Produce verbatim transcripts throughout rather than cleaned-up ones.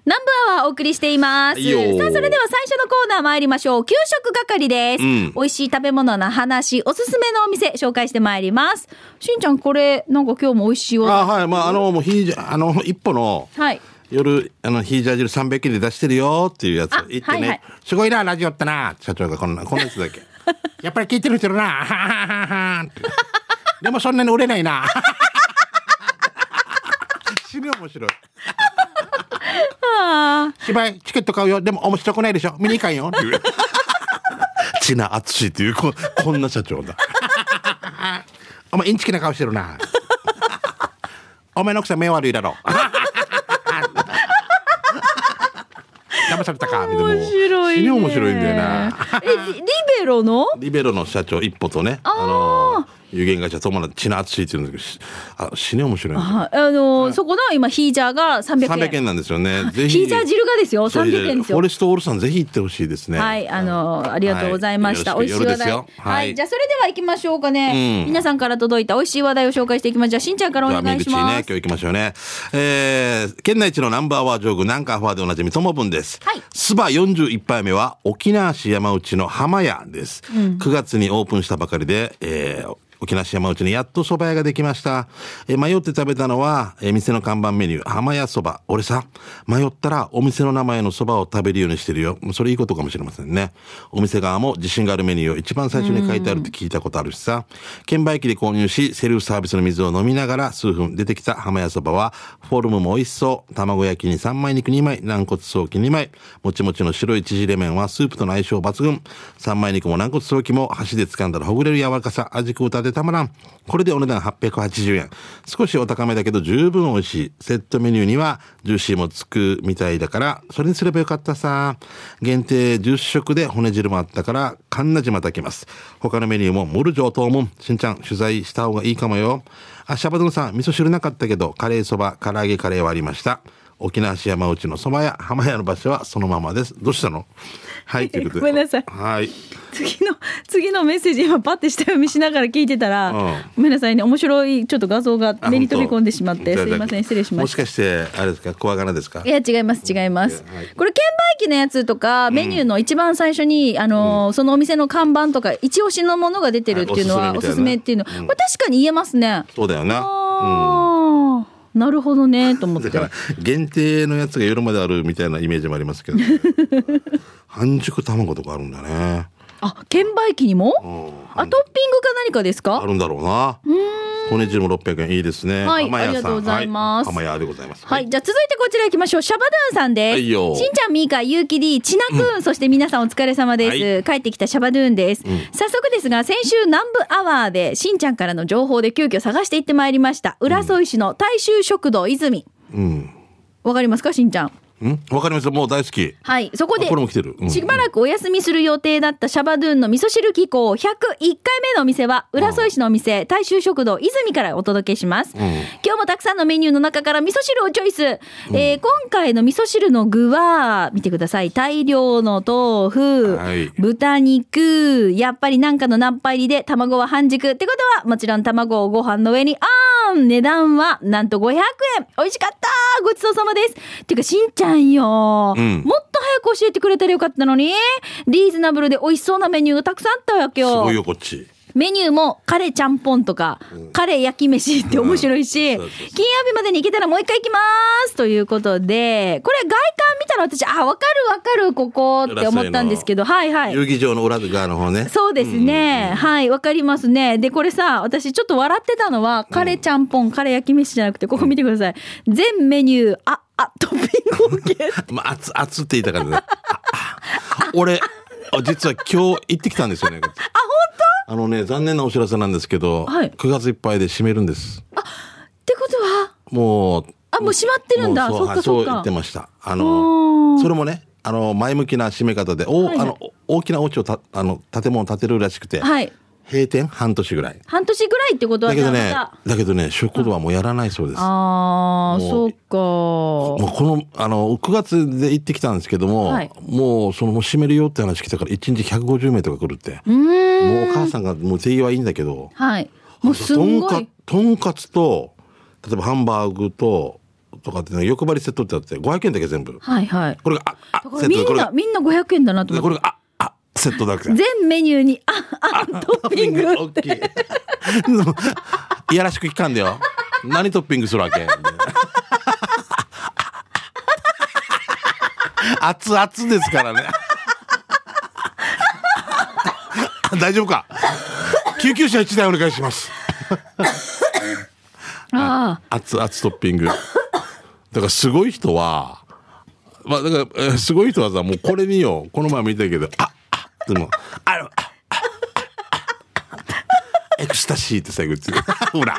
南部アワーお送りしています。さあ、それでは最初のコーナー参りましょう。給食係です、うん、美味しい食べ物の話、おすすめのお店紹介してまいります。しんちゃん、これなんか今日も美味しいわ。 あ、はい、まああのもうひあの一歩の、はい、夜あのヒージャー汁さんびゃくえんで出してるよっていうやつ言ってね、はいはい、すごいなラジオってな、社長がこんなこんなやつだけやっぱり聞いてる人いるなでもそんなに売れないな死に面白い芝居チケット買うよ、でも面白くないでしょ、見に行かんよっていうちなあつしっていう こ, こんな社長だお前インチキな顔してるなお前の奥さん目悪いだろ騙されたかみたいな。面白いね。面白いんだよな。 え、リベロのリベロの社長一歩とね、あ、あの有限会社友達ちなあつしって言うんですけど、あ、死ね面白いんだよ。 あ、あのーはい、そこの今ヒージャーがさんびゃくえん。 さんびゃくえんなんですよね。ぜひヒージャー汁がですよ、さんびゃくえんですよ。 フォレストオールさんぜひ行ってほしいですね。 はい、あのー、ありがとうございました。はい、美味しい話題。はい、はい、じゃあそれでは行きましょうかね、うん。皆さんから届いた美味しい話題を紹介していきましょう。じゃあしんちゃんからお願いします。 ね、今日行きましょうね。えー、県内一のナンバーワージョグ南海ファーでおなじみともぶんです。はい。スバよんじゅういっぱいめは沖縄市山内の浜屋です、うん、くがつにオープンしたばかりで、えー沖縄市山内にやっと蕎麦屋ができました。えー、迷って食べたのは、えー、店の看板メニュー、浜屋蕎麦。俺さ、迷ったらお店の名前の蕎麦を食べるようにしてるよ。それいいことかもしれませんね。お店側も自信があるメニューを一番最初に書いてあるって聞いたことあるしさ。券売機で購入し、セルフサービスの水を飲みながら数分出てきた浜屋蕎麦は、フォルムも美味しそう。卵焼きに三枚肉にまい、軟骨早期にまい、もちもちの白い縮れ麺はスープとの相性抜群。三枚肉も軟骨早期も箸で掴んだらほぐれる柔らかさ、味食うたでたまらん。これでお値段はっぴゃくはちじゅうえん。少しお高めだけど十分美味しい。セットメニューにはジューシーもつくみたいだから、それにすればよかったさ。限定じゅっしょくで骨汁もあったから、かんなじまたけます。他のメニューもモル上等も、しんちゃん取材した方がいいかもよ。あ、シャバドゥンさん、味噌汁なかったけど、カレーそば、唐揚げカレーはありました。沖縄市山内の蕎麦屋、浜屋の場所はそのままです。どうしたの？はい、ということで。 ごめんなさい。 はい。 次の、次のメッセージ今パッて下読みしながら聞いてたら、うん、ごめんなさいね、面白いちょっと画像が目に飛び込んでしまって、すいません、失礼しました。 もしかして、あれですか、小わがなですか？ いや、違います、違います。はい、これ、券売機のやつとか、メニューの一番最初に、あのーうん、そのお店の看板とか、一押しのものが出てるっていうのは、はい、おすすめっていうの、うん、これ確かに言えますね。 そうだよな。 あー、うん、なるほどねと思って。 だから限定のやつが夜まであるみたいなイメージもありますけど、ね、半熟卵とかあるんだね。 あ、券売機にも、うん、あ、トッピングか何かですか？ あるんだろうな。うーん、骨汁もろっぴゃくえん、いいですね。 はい、ありがとうございます。 浜屋でございます。 はい、はい、じゃあ続いてこちら行きましょう。シャバドゥンさんです。はい、よしんちゃん、みーか、ゆうきり、ちなくん、うん、そして皆さんお疲れ様です、はい、帰ってきたシャバドゥンです、うん、早速ですが、先週南部アワーでしんちゃんからの情報で急遽探していってまいりました。浦添市の大衆食堂泉、うん、わかりますか、しんちゃん？ ん、わかります。もう大好き。 はい、そこでこれも来てる、うん、 しばらくお休みする予定だったシャバドゥンの味噌汁機構ひゃくいっかいめのお店は浦添市のお店、大衆食堂泉からお届けします、うん、今日もたくさんのメニューの中から味噌汁をチョイス、うん、えー、今回の味噌汁の具は見てください。大量の豆腐、はい、豚肉、やっぱりなんかのナッパ入りで卵は半熟ってことはもちろん卵をご飯の上にあーん、値段はなんとごひゃくえん。美味しかった、ごちそうさまです。てかしんちゃんよ、うん、もっと早く教えてくれたらよかったのに。リーズナブルで美味しそうなメニューがたくさんあったわけよ。 すごいよこっち。 メニューもカレーちゃんぽんとか、うん、カレー焼き飯って面白いし、うん、金曜日までに行けたらもう一回行きますということで、これ外観見たら私、あ、わかるわかるここって思ったんですけど、はいはい、 遊技場の裏側の方ね。 そうですね、うん、はい、わかりますね。でこれさ、私ちょっと笑ってたのはカレーちゃんぽん、うん、カレー焼き飯じゃなくて、ここ見てください、うん、全メニューああトッピング OK まあ熱熱って言いたからね俺実は今日行ってきたんですよね。あ、本当？ あのね、残念なお知らせなんですけど、はい、くがついっぱいで閉めるんです。 あ、ってことはもう、 あ、もう閉まってるんだ。 そう、 そっかそっか。 そう言ってました。あのそれもね、あの前向きな閉め方で、お、はいはい、あの大きなお家をたあの建物を建てるらしくて、はい、閉店半年ぐらい。 半年ぐらいってことはだけどね、だけどね、食堂はもうやらないそうです。 ああ、そうか。 もうこのあのくがつで行ってきたんですけども、はい、もうそのもう閉めるよって話来たからいちにちひゃくごじゅうめいとか来るって。うーん、もうお母さんがもう手際いいんだけど、はい。もうすんごい。とんかつと例えばハンバーグととかって、ね、欲張りセットってあってごひゃくえんだけ全部。 はいはい。 これがああセットみんなみんなごひゃくえんだなと思って。 これがああセットだけ。 全メニューにああトッピングって。 いやらしく聞かんでよ。何トッピングするわけ。熱々ですからね。大丈夫か。救急車いちだいお願いします。ああ熱々トッピングだからすごい人はまあだから、えー、すごい人はさもうこれによこの前見たけどああでもああエクスタシーって最後言ってほら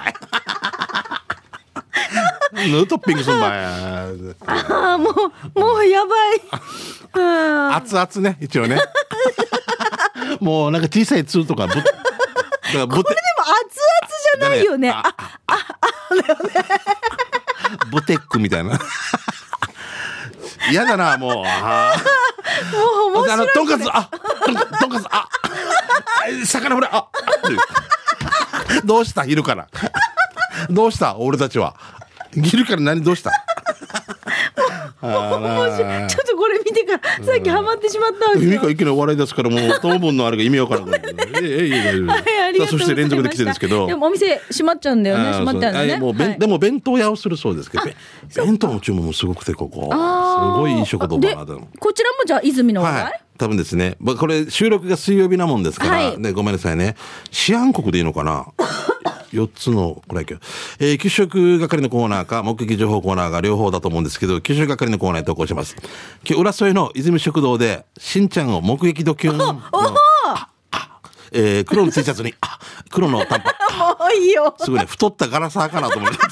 のトッピングすんばやああもうもうやばい熱々ね一応ねもうなんか小さい通とかぶだからぶこれでも熱々じゃないよね。あ、あ、あ、だよね。 ブテックみたいな。嫌だな、もう。あもう面白い、ね。あの、 とんかつ、あ、とんかつ、あ、魚フライ、あ、どうした昼から。どうした俺たちは。昼から何どうしたもう面白い。ちょっとこれ見てからさっきハマってしまったわけよ。 ミカいきなり笑い出すからもう当分のあれが意味わからない。ええええそして連続で来てるんですけど。 でもお店閉まっちゃうんだよね。閉まっちゃうんだよね。 もうべんでも弁当屋をするそうですけど、弁当の注文もすごくてここすごいいい食堂だな。 こちらもじゃあ泉の話題？ 多分ですね。これ収録が水曜日なもんですからねごめんなさいね。四安国でいいのかな。よっつのこれ今日、えー、給食係のコーナーか目撃情報コーナーが両方だと思うんですけど給食係のコーナーに投稿します。今日浦添の泉食堂でしんちゃんを目撃ドキュンおお、えー、黒の T シャツにあ黒の短パンもういいよすごいね太ったガラサーかなと思って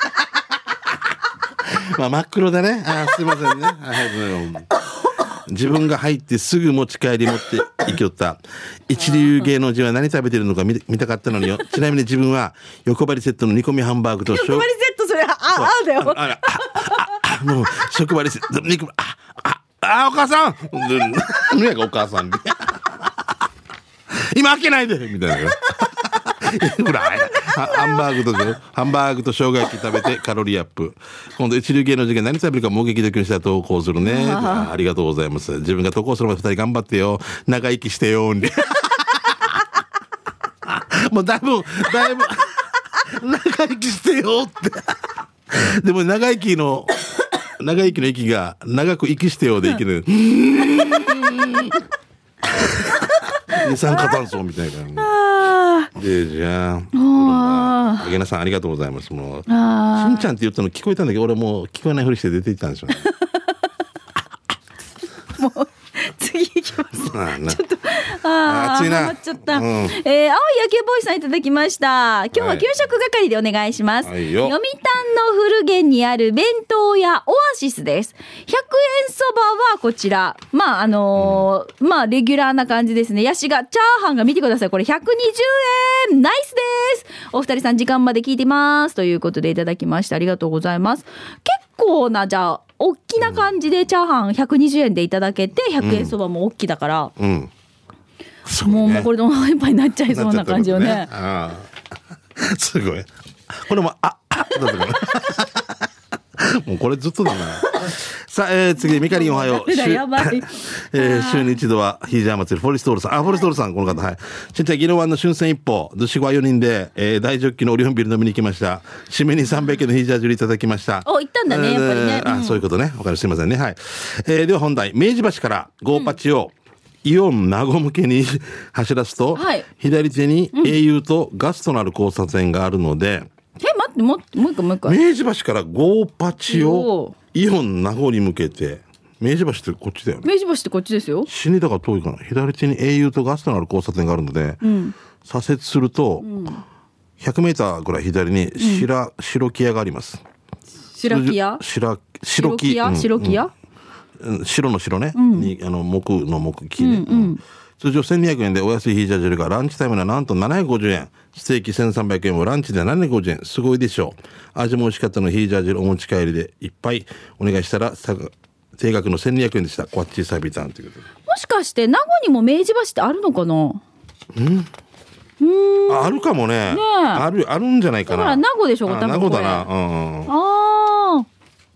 まあ真っ黒でねあすいませんね自分が入ってすぐ持ち帰り持って行きよった一流芸能人は何食べてるのか 見, 見たかったのによ。ちなみに自分は横張りセットの煮込みハンバーグと横張りセットそれああだよあああもう職場で肉あああお母さん何やかお母さん今開けないでみたいなほらハンバーグとハンバーグと生姜焼き食べてカロリーアップ。今度一流芸能人が何食べるか目撃できる人は投稿するね。 あ, ありがとうございます。自分が投稿するまでふたり頑張ってよ長生きしてよもうだいぶだいぶ長生きしてよってでも長生きの長生きの息が長く息してよで生きる二酸化炭素みたいなでじゃああげなさんありがとうございます。もうしんちゃんって言ったの聞こえたんだけど俺もう聞こえないふりして出て行ったんですよ、ね、 もう次行きます。 ああちょっとああ暑いな。 ハマっちゃった、 うん、 えー、青い野球ボーイさんいただきました。今日は給食係でお願いします、はい、読谷の古源にある弁当屋オアシスです。ひゃくえんそばはこちらまああのーうん、まあレギュラーな感じですね。ヤシがチャーハンが見てくださいこれひゃくにじゅうえんナイスです。お二人さん時間まで聞いてますということでいただきましてありがとうございます。結構なじゃあ大きな感じでチャーハンひゃくにじゅうえんでいただけてひゃくえんそばも大きだから、うんうんそうね、もうもうこれでお腹いっぱいになっちゃいそうな感じよね。ねあすごいこれもああだったかなもうこれずっとだなさあ、えー、次ミカリンおはようやばい、 えー、週に一度はヒージャー祭りフォレストールさんあフォレストールさんこの方はいちんちゃんギロワンの春戦一歩ドシゴはよにんで、えー、大ジョッキのオリオンビール飲みに行きました。締めにさんびゃくえんのヒージャージュリいただきました。 お行ったんだね、えー、やっぱりね、 あ、うん、そういうことねわかるすいませんねはい、えー、では本題明治橋からゴーパチを、うんイオン名護向けに走らすと、はい、左手に エーユー とガストのある交差点があるので、うん、 え待ってももう一個もう一個明治橋からゴーパチをイオン名護に向けて明治橋ってこっちだよね。 明治橋ってこっちですよ。 死にだから遠いかな。左手に エーユー とガストのある交差点があるので、うん、左折すると、うん、ひゃくメーターぐらい左に白、うん、白木屋があります。 白木屋白白木屋、 うん、白木屋、うん白の白ね、うん、にあの木の木木ね、うんうん、通常せんにひゃくえんでお安いヒージャージェルがランチタイムではなんとななひゃくごじゅうえんステーキせんさんびゃくえんをランチでななひゃくごじゅうえんすごいでしょう。味も美味しかったのヒージャージェルお持ち帰りでいっぱいお願いしたら定額のせんにひゃくえんでした。こっちサビタンということでもしかして名護にも明治橋ってあるのかな。 うんうん あ, あるかも ね, ねあるあるんじゃないかな。 だから名護でしょうか。 名護だな、うんうん、 あ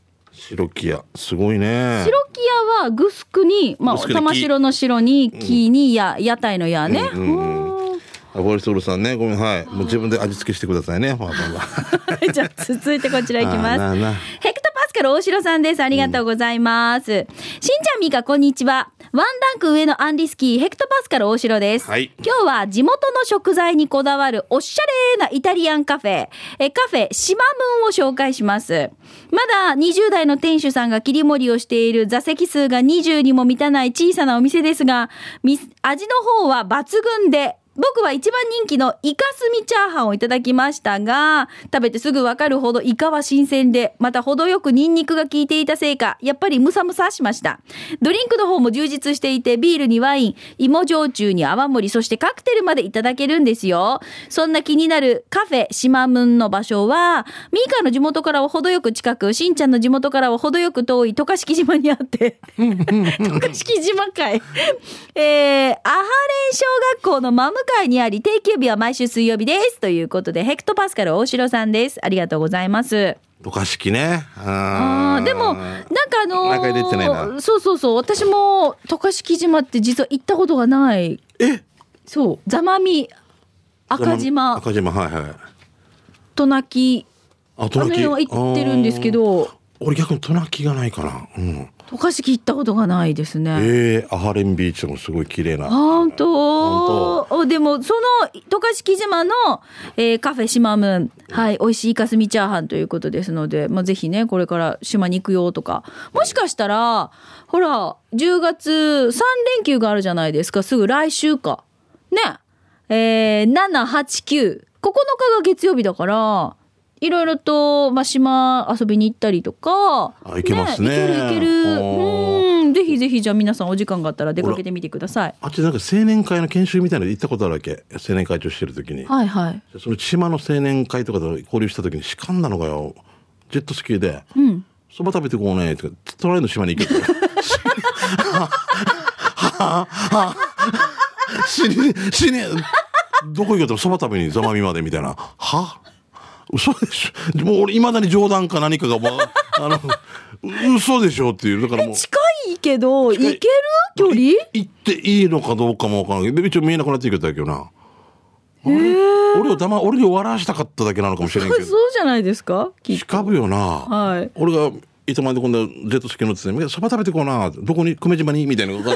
白木屋すごいね。 白木屋はグスクに、まあ、 グスクに木玉城の城に木にや、屋台の屋ね、 うんうんうんあボリソールさんねごめんはいもう自分で味付けしてくださいね。まあまあまあじゃあ続いてこちらいきます。 あなあなあヘクトパスカル大城さんです。ありがとうございます、うん、しんちゃんみかこんにちは。ワンランク上のアンリスキーヘクトパスカル大城です、はい、今日は地元の食材にこだわるおしゃれなイタリアンカフェえカフェシマムーンを紹介します。まだにじゅう代の店主さんが切り盛りをしている座席数がにじゅうにも満たない小さなお店ですが、味の方は抜群で僕は一番人気のイカスミチャーハンをいただきましたが、食べてすぐわかるほどイカは新鮮で、また程よくニンニクが効いていたせいか、やっぱりムサムサしました。ドリンクの方も充実していて、ビールにワイン、芋焼酎に泡盛、そしてカクテルまでいただけるんですよ。そんな気になるカフェシマムンの場所は、ミーカの地元からは程よく近く、しんちゃんの地元からは程よく遠い渡嘉敷島にあって、渡嘉敷島会、えー、アハレン小学校の真向かいにあり、定休日は毎週水曜日ですということで、ヘクトパスカル大城さんです。ありがとうございます。 渡嘉敷ね。 ああでもなんかあのー、 中入れてないな。 そうそうそう、私も渡嘉敷島って実は行ったことがない。 えそう座間味赤島赤島はいはい渡名喜あ渡名喜あの辺は行ってるんですけど、 俺逆に渡名喜がないかな。うん渡嘉敷行ったことがないですね。 えー、アハレンビーチもすごい綺麗な。 本当。でもその渡嘉敷島の、えー、カフェシマムン、はい、美味しいイカスミチャーハンということですので、まあ、ぜひねこれから島に行くよとか、もしかしたらほらじゅうがつさん連休があるじゃないですか。すぐ来週かね、えー、ななはちきゅうここのかが月曜日だから、いろいろと、まあ、島遊びに行ったりとか、 あ行けますね。 いけるいける。うん、ぜひぜひじゃあ皆さんお時間があったら出かけてみてください。 あっちなんか青年会の研修みたいなの行ったことあるわけ。青年会長してる時に。 はいはい。 その島の青年会とかで交流した時にしかんだのがよ、ジェットスキーで、うん、そば食べてこうねってトライの島に行けて。ははは死ね死ねどこ行けたらそば食べにざまみまでみたいな。は嘘でしょ。もう俺未だに冗談か何かがもうあの嘘でしょっていう。だからもう近いけど行ける距離行っていいのかどうかもわからないけど、一応見えなくなっていけたけどな。俺, 俺をだま俺に笑わしたかっただけなのかもしれんけど。 そうじゃないですか。 近ぶよな。 はい。 俺が糸満で今度ジェットスキー乗ってて、そば食べてこうな。どこに久米島にみたいなこと。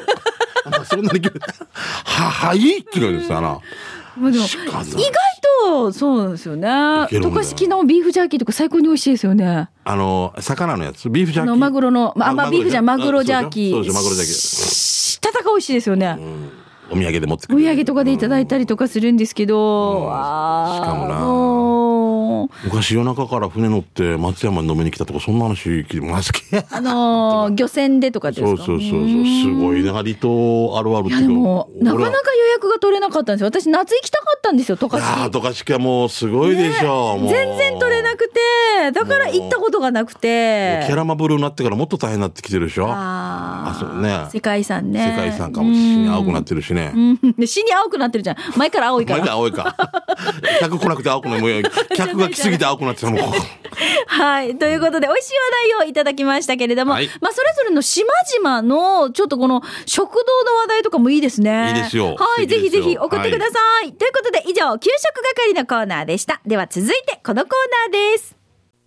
そんなにははいって言うからさな。 まあ、でも意外とそうなんですよね。渡嘉敷のビーフジャーキーとか最高に美味しいですよね。 あの魚のやつビーフジャーキー、あのマグロのまあまあビーフじゃマグロジャーキー、 そうですマグロジャーキーたたか美味しいですよね。 お土産で持ってくる。 お土産とかでいただいたりとかするんですけど、あしかもな昔夜中から船乗って松山に飲みに来たとかそんな話聞いてますけあのー、漁船でとかですか。 そうそうそうそうすごいね。離島あるあるっていうか。いやでもなかなか予約が取れなかったんですよ。私夏行きたかったんですよ渡嘉敷。 ああ渡嘉敷はもうすごいでしょ、ね、 もう全然取れなくて、だから行ったことがなくて。 キャラマブルになってからもっと大変になってきてるでしょ。 ああそうね。 世界遺産ね。 世界遺産かもしに青くなってるしね。 うん、死に青くなってるじゃん。前から青いから。 前から青いか。客来なくて青くない。もう客が来すぎて青くなってたもん。 はい。ということで、美味しい話題をいただきましたけれども、はい、まあ、それぞれの島々の、ちょっとこの、食堂の話題とかもいいですね。 いいですよ。 はい。ぜひぜひ送ってください。はい、ということで、以上、給食係のコーナーでした。では、続いて、このコーナーです。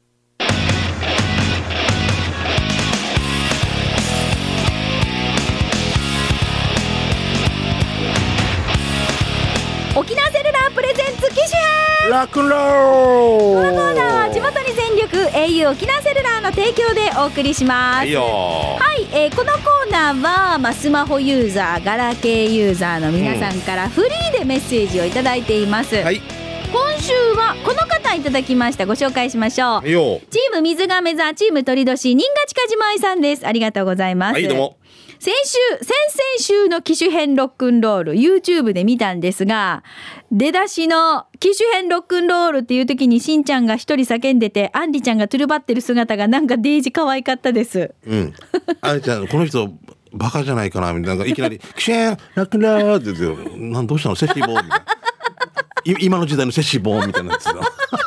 沖縄セルラープレゼンツ機種編ラクンロー。 このコーナーは地元に全力 エーユー 沖縄セルラーの提供でお送りします。 はいよ。 はい、えー、このコーナーは、まあ、スマホユーザーガラケーユーザーの皆さんからフリーでメッセージをいただいています、うん、はい。今週はこの方いただきました。ご紹介しましょう。はいよ。チーム水亀座チーム鳥年新賀近島愛さんです。ありがとうございます。 はいどうも。 先週、先々週の機種編ロックンロール YouTube で見たんですが、出だしの機種編ロックンロールっていう時にしんちゃんが一人叫んでて、アンリちゃんがトゥルバってる姿がなんかデージ可愛かったです。 うん。アンリちゃんこの人バカじゃないかなみたいな、いきなり機種編ロックンロールって言って、なんどうしたのセシボーみたいな。今の時代のセシボーみたいなやつだ。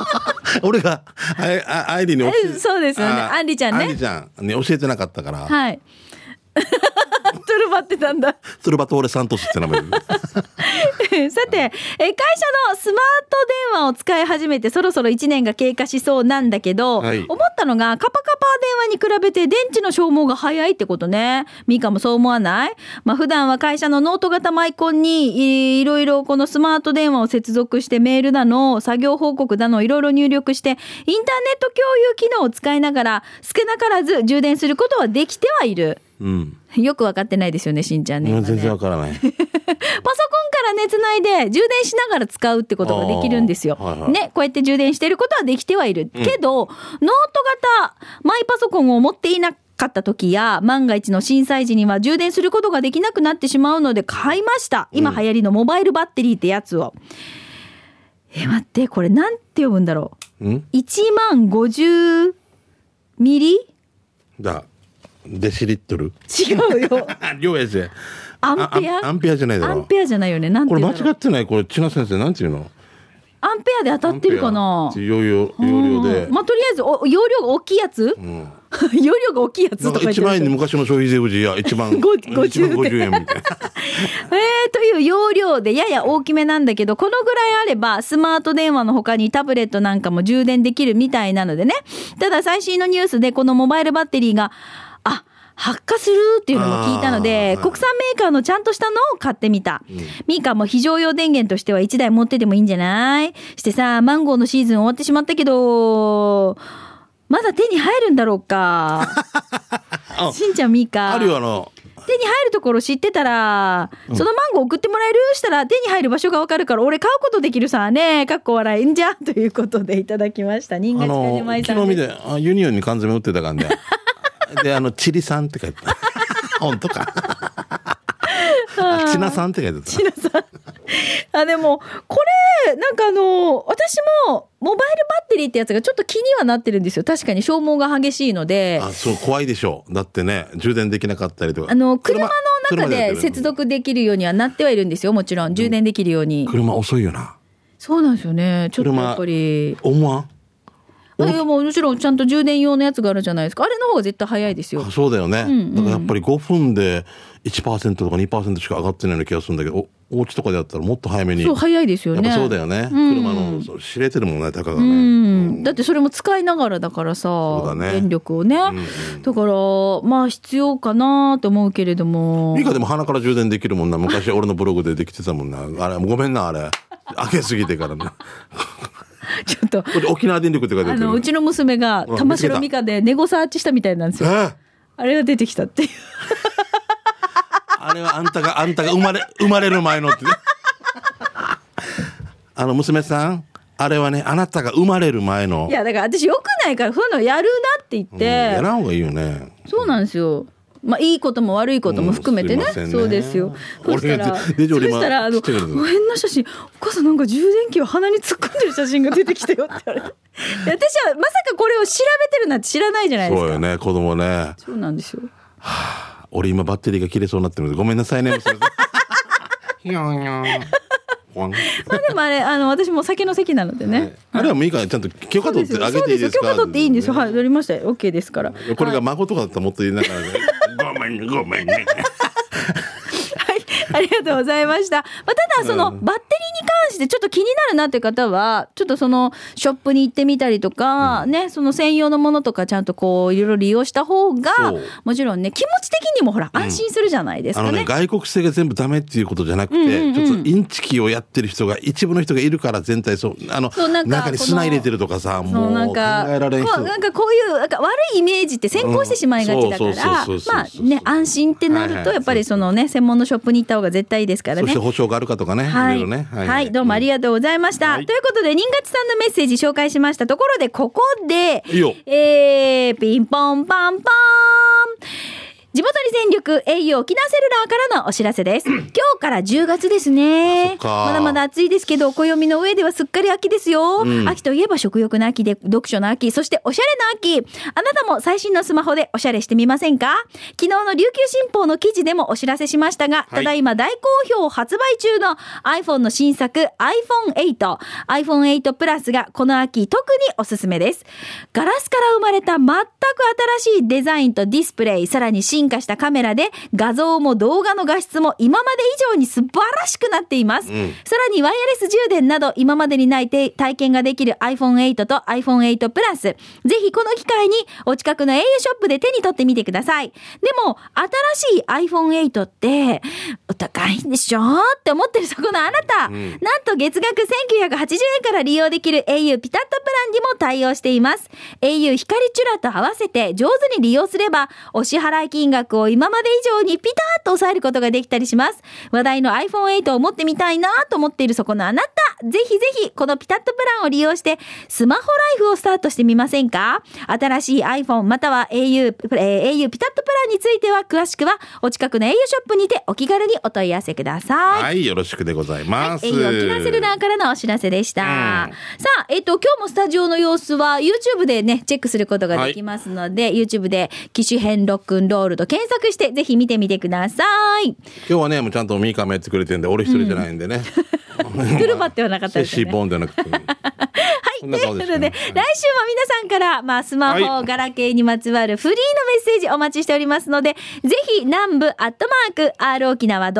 俺がああアイリに教ええそうですよね。アンリちゃんね。 アンリちゃんに教えてなかったから。 はい。トルバってたんだ。 トルバトーレサントスって名前。 さて、え会社のスマート電話を使い始めてそろそろいちねんが経過しそうなんだけど、はい、思ったのがカパカパ電話に比べて電池の消耗が早いってことね。ミカもそう思わない？まあ普段は会社のノート型マイコンにいろいろこのスマート電話を接続してメールだの作業報告だのいろいろ入力してインターネット共有機能を使いながら少なからず充電することはできてはいる。うん、よく分かってないですよね、しんちゃんね。 全然分からない。パソコンからねつないで充電しながら使うってことができるんですよ、はいはい、ね、こうやって充電してることはできてはいる、うん、けどノート型マイパソコンを持っていなかった時や万が一の震災時には充電することができなくなってしまうので買いました。今流行りのモバイルバッテリーってやつを、うん、え待ってこれなんて呼ぶんだろう、んいちまんごじゅうミリだデシリットル違うよ量やぜアンペアアンペアじゃないだろ。 アンペアじゃないよね。なんていうのこれ間違ってない。これ千奈先生なんていうの。 アンペアで当たってるかな。 容量容量で。 まあとりあえずお容量が大きいやつ。うん、容量が大きいやつとか言ってる。 一万円に昔の消費税富士や一万ごじゅうえんみたいな。 えーという容量でやや大きめなんだけど、このぐらいあればスマート電話の他にタブレットなんかも充電できるみたいなのでね。ただ最新のニュースでこのモバイルバッテリーがあ発火するっていうのも聞いたので、国産メーカーのちゃんとしたのを買ってみた、うん、ミーカーも非常用電源としてはいちだい持っててもいいんじゃない？してさ、マンゴーのシーズン終わってしまったけどまだ手に入るんだろうかしんちゃんミーカーあるよ。あの手に入るところ知ってたら、うん、そのマンゴー送ってもらえるしたら手に入る場所がわかるから俺買うことできるさね。かっこ笑いんじゃということでいただきました。新潟近島井さん。 昨日見てあユニオンに缶詰売ってたからねであのチリさんって書いてた本当かチナさんって書いてた。 チナさんあでもこれなんかあの私もモバイルバッテリーってやつがちょっと気にはなってるんですよ。確かに消耗が激しいので。 あそう怖いでしょ。だってね充電できなかったりとか。 あの車の中で接続できるようにはなってはいるんですよ。もちろん充電できるように。 車遅いよな。 そうなんですよね。ちょっとやっぱり思わん。 あいやもうもちろんちゃんと充電用のやつがあるじゃないですか。あれの方が絶対早いですよ。 あそうだよね、うんうん、だからやっぱりごふんで いちパーセント とか にパーセント しか上がってないような気がするんだけど、おお家とかでやったらもっと早めに。 そう早いですよね。 やっぱそうだよね、うん、車の知れてるもんね、たかがね、うんうん、だってそれも使いながらだからさ、そうだね、電力をね、うんうん、だからまあ必要かなと思うけれども。 ミカでも鼻から充電できるもんな。昔俺のブログでできてたもんなあれごめんなあれ開けすぎてからなちょっと沖縄電力って書いてある。 あのうちの娘が玉城美香でネゴサーチしたみたいなんですよ、えー、あれが出てきたっていうあれはあんたがあんたが生まれ生まれる前のってあの娘さんあれはねあなたが生まれる前の。 いやだから私よくないからそういうのやるなって言って、うん、やらんほうがいいよね。 そうなんですよ。まあいいことも悪いことも含めてね、うん、ねそうですよ。そしたらそしたらあの変な写真、お母さんなんか充電器を鼻に突っ込んでる写真が出てきたよって言われて私はまさかこれを調べてるなんて知らないじゃないですか。 そうよね子供ね。 そうなんですよ、 はあ、俺今バッテリーが切れそうになってるのでごめんなさいねひょんひょんまあでもあれあの私も酒の席なのでね、はい、 あれはもういいからちゃんと許可取ってあげていいですか。 許可取っていいんですよ。はい取りましたよ OK ですから。 これが孫とかだったらもっと言いながらねごめんごめんねはいありがとうございました、まあ、ただそのバッテリーに関してちょっと気になるなという方はちょっとそのショップに行ってみたりとか、うん、ねその専用のものとかちゃんとこういろいろ利用した方がもちろんね気持ち的にもほら安心するじゃないですかね、うん、あのね外国製が全部ダメっていうことじゃなくて、うんうんうん、ちょっとインチキをやってる人が一部の人がいるから全体そうあのそうなんか中に砂入れてるとかさもう考えられん人なんかこういうなんか悪いイメージって先行してしまいがちだからまあね安心ってなるとやっぱりそのね専門のショップに行った方が絶対いいですからね。 そして保証があるかとかね、 はい、 いろいろね、はい、 はい、どうもありがとうございました、はい、ということで新勝さんのメッセージ紹介しましたところでここでいいよ、 えー、ピンポンパンパーン地元に全力 エーユー 沖縄セルラーからのお知らせです。今日からじゅうがつですね。まだまだ暑いですけど、暦の上ではすっかり秋ですよ、うん、秋といえば食欲の秋で読書の秋、そしておしゃれの秋。あなたも最新のスマホでおしゃれしてみませんか？昨日の琉球新報の記事でもお知らせしましたが、はい、ただいま大好評発売中の iPhone の新作 アイフォンエイト、アイフォンエイトプラスがこの秋特におすすめです。ガラスから生まれた全く新しいデザインとディスプレイ、さらに進化したカメラで画像も動画の画質も今まで以上に素晴らしくなっています、うん、さらにワイヤレス充電など今までにない体験ができる アイフォンエイト と アイフォンエイトプラス、ぜひこの機会にお近くの エーユー ショップで手に取ってみてください。でも新しい アイフォンエイト ってお高いんでしょって思ってるそこのあなた、うん、なんと月額せんきゅうひゃくはちじゅうえんから利用できる エーユー ピタッとプランにも対応しています。 エーユー 光チュラと合わせて上手に利用すればお支払い金額を今まで以上にピタッと抑えることができたりします。話題の アイフォンエイト を持ってみたいなと思っているそこのあなた、ぜひぜひこのピタッとプランを利用してスマホライフをスタートしてみませんか？新しい iPhone または エーユー、えー、エーユー ピタッとプランについては詳しくはお近くの エーユー ショップにてお気軽にお問い合わせください。 はい、よろしくでございます、 はい、エーユー 沖縄セルラーからのお知らせでした、うん、さあ、えっと今日もスタジオの様子は YouTube でねチェックすることができますので、はい、YouTube で機種編ロックンロールと検索してぜひ見てみてください。 今日はねもうちゃんとミーカーもやってくれてるんで俺一人じゃないんでね、 うん、トゥルバってはなかったですね。 セシーボンではなくてはい、ということで、来週も皆さんから、まあ、スマホ、はい、ガラケーにまつわるフリーのメッセージお待ちしておりますので、ぜひ、南部アットマーク、r 沖縄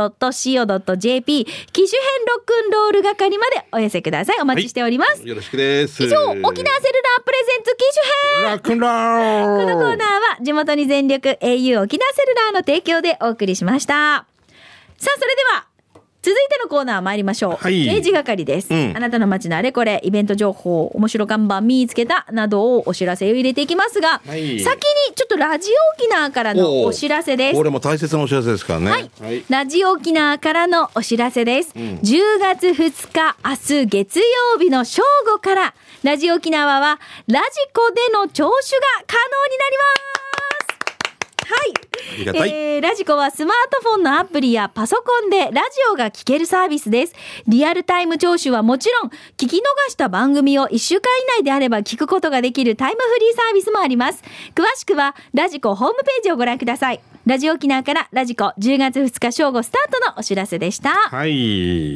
.co.jp、機種編ロックンロール係までお寄せください。お待ちしております。 はい、よろしくです。 以上、沖縄セルラープレゼンツ機種編ロックンロール。 このコーナーは、地元に全力 エーユー 沖縄セルラーの提供でお送りしました。さあ、それでは、続いてのコーナー参りましょう、はい、刑事係です、うん、あなたの街のあれこれイベント情報面白看板見つけたなどをお知らせを入れていきますが、はい、先にちょっとラジオ沖縄からのお知らせです。 これも大切なお知らせですからね、 はいはい、ラジオ沖縄からのお知らせです、うん、じゅうがつふつか明日月曜日の正午からラジオ沖縄はラジコでの聴取が可能になります。はい、えー、ラジコはスマートフォンのアプリやパソコンでラジオが聞けるサービスです。リアルタイム聴取はもちろん、聞き逃した番組をいっしゅうかん以内であれば聞くことができるタイムフリーサービスもあります。詳しくはラジコホームページをご覧ください。ラジオ沖縄からラジコじゅうがつふつか正午スタートのお知らせでした。 はい。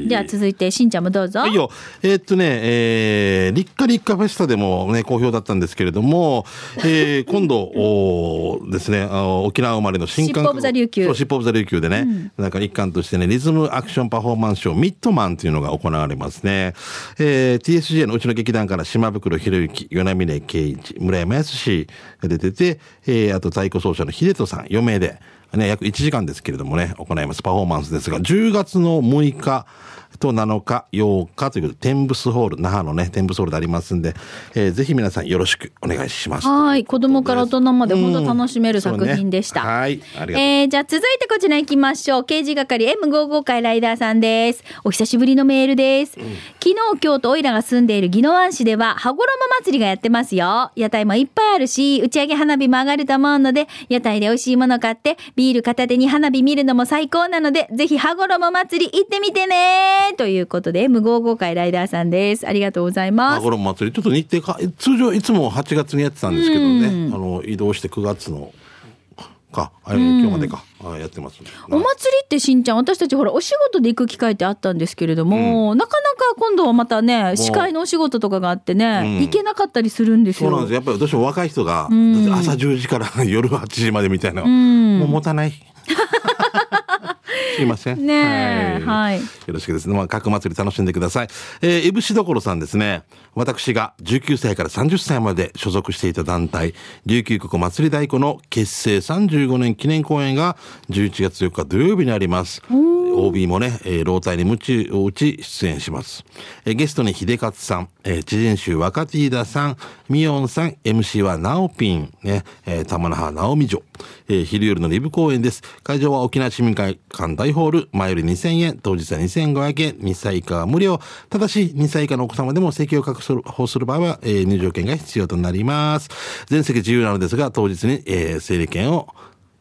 では続いてしんちゃんもどうぞ。 はいよ。えー、っとね、えー、立夏立夏フェスタでもね好評だったんですけれども、えー、今度おですねあの沖縄生まれの新感覚シップオブザ琉球、 そうシップオブザ琉球でね、うん、なんか一環としてねリズムアクションパフォーマンスショーミッドマンというのが行われますね。えー、ティーエスジェー のうちの劇団から島袋博之、与那嶺圭一、村山康が出てて、えー、あと太鼓奏者の秀人さんよめいでね、約いちじかんですけれどもね、行いますパフォーマンスですが、じゅうがつのむいかとなのか、ようかということで、テンブスホール、那覇のね、テンブスホールでありますんで、えー、ぜひ皆さんよろしくお願いします。 はい、子供から大人まで本当楽しめる作品でした。 ね、はい、ありがとう。 えー、じゃあ続いてこちら行きましょう。刑事係 エムごじゅうご 回ライダーさんです。お久しぶりのメールです。うん、昨日、今日とおいらが住んでいる宜野湾市では、羽衣祭りがやってますよ。屋台もいっぱいあるし、打ち上げ花火も上がると思うので、屋台で美味しいもの買って、ビール片手に花火見るのも最高なので、ぜひ羽衣祭り行ってみてねということで、エムごじゅうご 回ライダーさんです。ありがとうございます。 羽衣祭り、ちょっと日程か、通常いつもはちがつにやってたんですけどね、あの移動してくがつのか、あ今日までか、あやってます、ね、 お祭りってしんちゃん、私たちほらお仕事で行く機会ってあったんですけれども、うん、なかなか今度はまたね司会のお仕事とかがあってね、うん、行けなかったりするんですよ。 そうなんです。やっぱりどうしても若い人が、うん、朝じゅうじから夜はちじまでみたいな、うん、もう持たないすいませんねえ、はい、はい、よろしくですね。まあ、各祭り楽しんでください。えー、いぶしどころさんですね。私がじゅうきゅうさいからさんじゅっさいまで所属していた団体琉球国祭り太鼓の結成さんじゅうごねん記念公演がじゅういちがつよっか土曜日にあります。オービー もね、えー、老体に鞭を打ち出演します。えー、ゲストに秀勝さん、えー、知人衆若ティーダさん、ミヨンさん、エムシー はナオピン、ね、えー、玉那覇直美女、えー、昼夜のリブ公演です。会場は沖縄市民会館大ホール、前よりにせんえん、当日はにせんごひゃくえん、にさい以下は無料。ただし、にさい以下のお子様でも席を確保する場合は、えー、入場券が必要となります。全席自由なのですが、当日に、えー、整理券を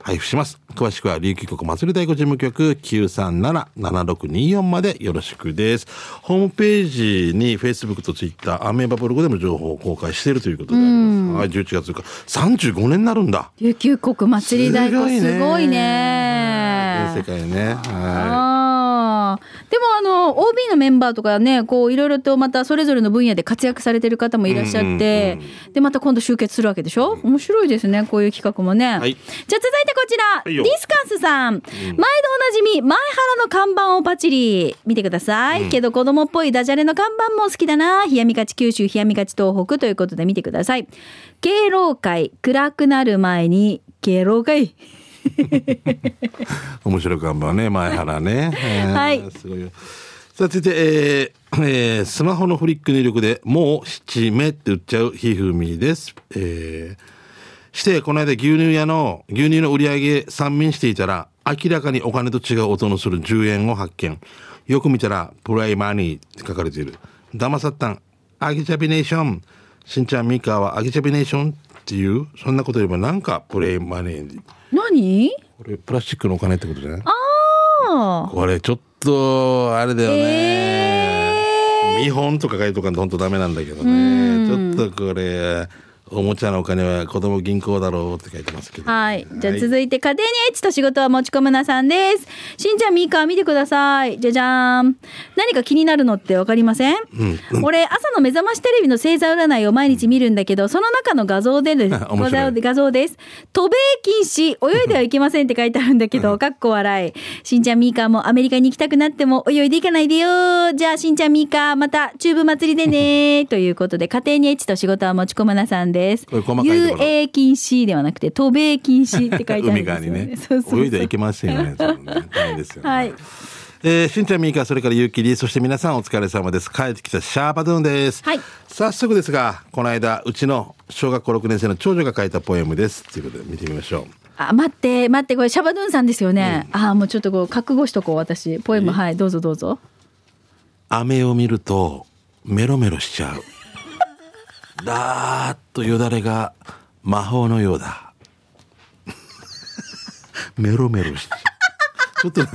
配布します。詳しくは琉球局祭り太鼓事務局 きゅうさんなな ななろくによん までよろしくです。ホームページに Facebook と Twitter、アメーバブログでも情報を公開しているということであります。はい、じゅういちがつかさんじゅうごねんになるんだ。 琉球国祭り太鼓すごいね。 世界ね。はい。 あでもあの オービー のメンバーとかね、こういろいろとまたそれぞれの分野で活躍されてる方もいらっしゃって、うんうんうん、でまた今度集結するわけでしょ。面白いですね、こういう企画もね。はい、じゃあ続いてこちら、はい、ディスカンスさん、うん、毎度おなじみ前原の看板をパチリ見てください、うん、けど子供っぽいダジャレの看板も好きだな。冷やみ勝ち九州、冷やみ勝ち東北ということで見てください。敬老会暗くなる前に敬老会面白い看板ね、前原ね、えー、はい、すごいよ。さあ続いて、えーえー、スマホのフリック入力でもう七目って打っちゃうひふみです。えー、してこの間牛乳屋の牛乳の売り上げ三民していたら明らかにお金と違う音のするじゅうえんを発見。よく見たらプライマニーって書かれている。騙さったんアギチャビネーション。しんちゃんミカはアギチャビネーションっていうそんなことよりもなんかプレイマネー。 何これプラスチックのお金ってことじゃない？ ああ、これちょっとあれだよね、えー、見本とか書いとかんと本当ダメなんだけどね。ちょっとこれおもちゃのお金は子供銀行だろうって書いてますけど、 はい、じゃあ続いて家庭にエッチと仕事は持ち込むなさんです。しんちゃんミーカー見てください。じゃじゃーん。何か気になるのってわかりません？うんうん、俺朝の目覚ましテレビの星座占いを毎日見るんだけど、その中の画像でです画像です。渡米禁止、泳いではいけませんって書いてあるんだけど、かっこ笑い。しんちゃんミーカーもアメリカに行きたくなっても泳いでいかないでよ。じゃあしんちゃんミーカーまた中部祭りでねということで、家庭にエッチと仕事は持ち込むなさんです。遊泳禁止ではなくて渡米禁止って書いてあるんですよね。海側にね、そうそうそう、 泳いではいけませんよね。大変ですよね。はい。えー、しんちゃんみーか、それからゆうきり、そして皆さんお疲れ様です。帰ってきたシャーバドゥンです。はい。早速ですが、この間うちの小学校ろくねん生の長女が書いたポエムですということで見てみましょう。 あ、待って待って、これシャバドゥンさんですよね。うん、あ、もうちょっとこう覚悟しとこう。私ポエム、はい、どうぞどうぞ。 雨を見るとメロメロしちゃう。だーっとよだれが魔法のようだ。メロメロしちゃう。ちょっとなんか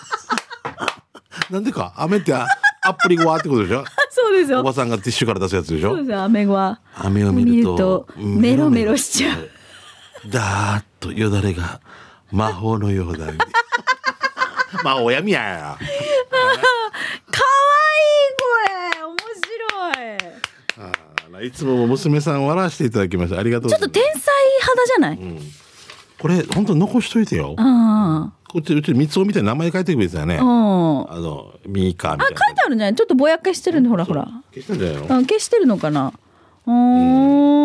なんでか、雨ってアップリゴワってことでしょ。 そうですよ。 おばさんがティッシュから出すやつでしょ。 そうですよ、雨は。 雨を見るとメロメロしちゃう。 だーっとよだれが魔法のようだ。まあ親みやや。 かわいい、これ面白い。 あ、いつも娘さん笑わせていただきました。ありがとう。 ちょっと天才肌じゃない？うん、 これ本当残しといてよ。 あ、 こっちうち三つおみたいな名前書いてくれてたよね。あのミーカーみたいな。 あ、書いてあるんじゃない？ちょっとぼやっかししてるんで、ほらほら。 消したんじゃないの？ うん、消してるのかな。うん、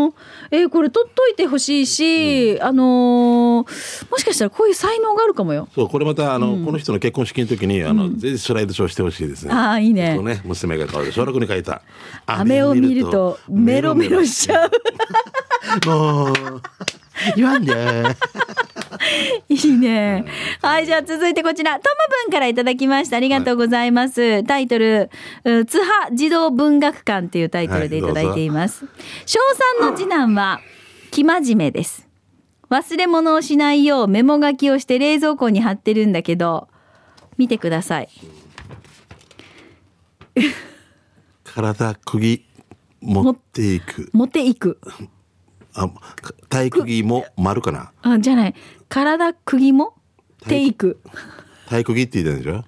えー、これ取っといてほしいし、うん、あのー、もしかしたらこういう才能があるかもよ。 そう、これまたあの、うん、この人の結婚式の時にあの、うん、ぜひスライドショーしてほしいですね。 ああ、いいね。 そうね、娘が顔で小学に書いた雨を見るとメロメロしちゃう。 もう言わんで。 いいね。はい、じゃあ続いてこちら、トムブンからいただきました。ありがとうございます。はい、タイトル、津波児童文学館というタイトルでいただいています。小さんの次男は生真面目です。忘れ物をしないようメモ書きをして冷蔵庫に貼ってるんだけど、見てください。 体釘持っていく。 持っていく。 あ、体釘も丸かな。 あ、じゃない。体釘もていく。 体釘って言ったんでしょ。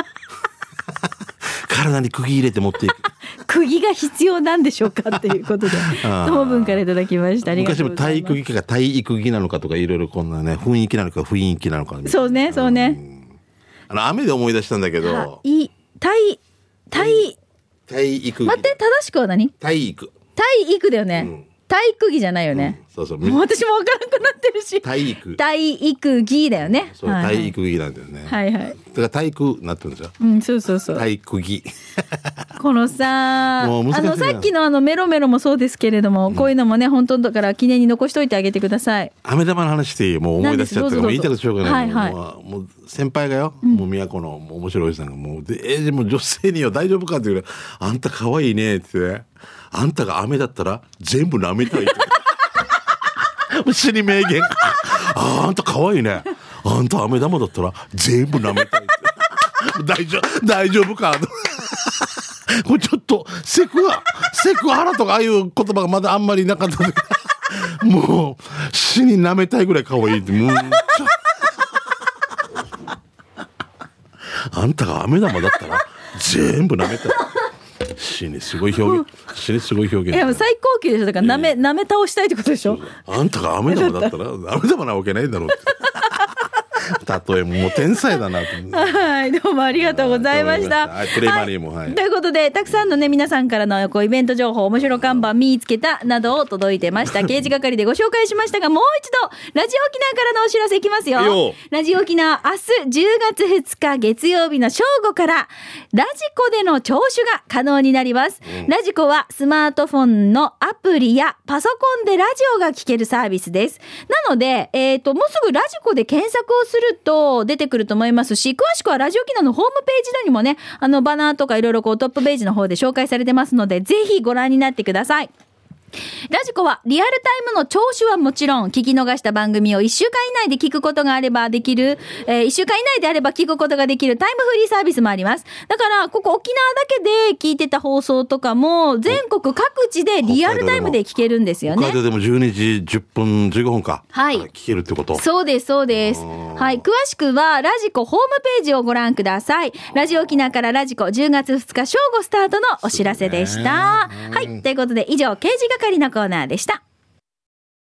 体に釘入れて持っていく。 釘が必要なんでしょうかっていうことで、トモブンからいただきました。ありがとうございます。 昔も体釘か体育釘なのかとかいろいろこんなね、雰囲気なのか雰囲気なのか。 そうね、そうね。 あの雨で思い出したんだけど。 い体体体育。 待って、正しくは何？ 体育。 体育だよね。うん、体育着じゃないよね。 うん、そうそう。 もう私もわからなくなってるし。 体育。 体育着だよね。 そう、はいはい、体育着なんだよね。 はいはい。 だから体育になってるんですよ。 うん、そうそうそう。 体育着。 このさ、もう難しいな。あのさっきのあのメロメロもそうですけれども、うん、こういうのもね、本当だから記念に残しといてあげてください。 飴玉の話していい？もう思い出しちゃったから、もう言いたくしょうがない。はいはい。もう、もう先輩がよ、うん、もう都のもう面白いおじさんがもうで、えー、もう女性には大丈夫かって言うから、あんた可愛いねって言って、あんたが飴だったら全部舐めたいって。死に名言。 あんた可愛いね。あんた飴玉だったら全部舐めたい大丈夫大丈夫かこれちょっとセクハセクハラとかああいう言葉がまだあんまりなかった時もう死に舐めたいぐらい可愛いってもうあんたが飴玉だったら全部舐めたい。死にすごい表現、死にすごい表現。 いや最高級でしょ。だから舐め、舐め倒したいってことでしょ。 あんたが飴玉だったら飴玉なわけないだろうって例えもう天才だなと思う。 はい、どうもありがとうございました。 はい、プレイマニーも、はいはい、 ということでたくさんのね皆さんからのこうイベント情報、面白看板見つけたなどを届いてました。刑事係でご紹介しましたが、もう一度ラジオ沖縄からのお知らせいきますよ。ラジオ沖縄明日じゅうがつふつか月曜日の正午からラジコでの聴取が可能になります、うん、ラジコはスマートフォンのアプリやパソコンでラジオが聞けるサービスです。なので、えーと、もうすぐラジコで検索をすると出てくると思いますし、詳しくはラジオ沖縄のホームページにもね、あのバナーとかいろいろこうトップページの方で紹介されてますので、ぜひご覧になってください。ラジコはリアルタイムの聴取はもちろん、聞き逃した番組をいっしゅうかん以内で聞くことがあればできる、えー、いっしゅうかん以内であれば聞くことができるタイムフリーサービスもあります。だからここ沖縄だけで聞いてた放送とかも全国各地でリアルタイムで聞けるんですよね。 北海道でもじゅうにじじゅっぷんじゅうごふんか、 はい、 聞けるってこと。 そうですそうです。はい、詳しくはラジコホームページをご覧ください。ラジオ沖縄からラジコじゅうがつふつか正午スタートのお知らせでした。はい、ということで以上刑事係のコーナーでした。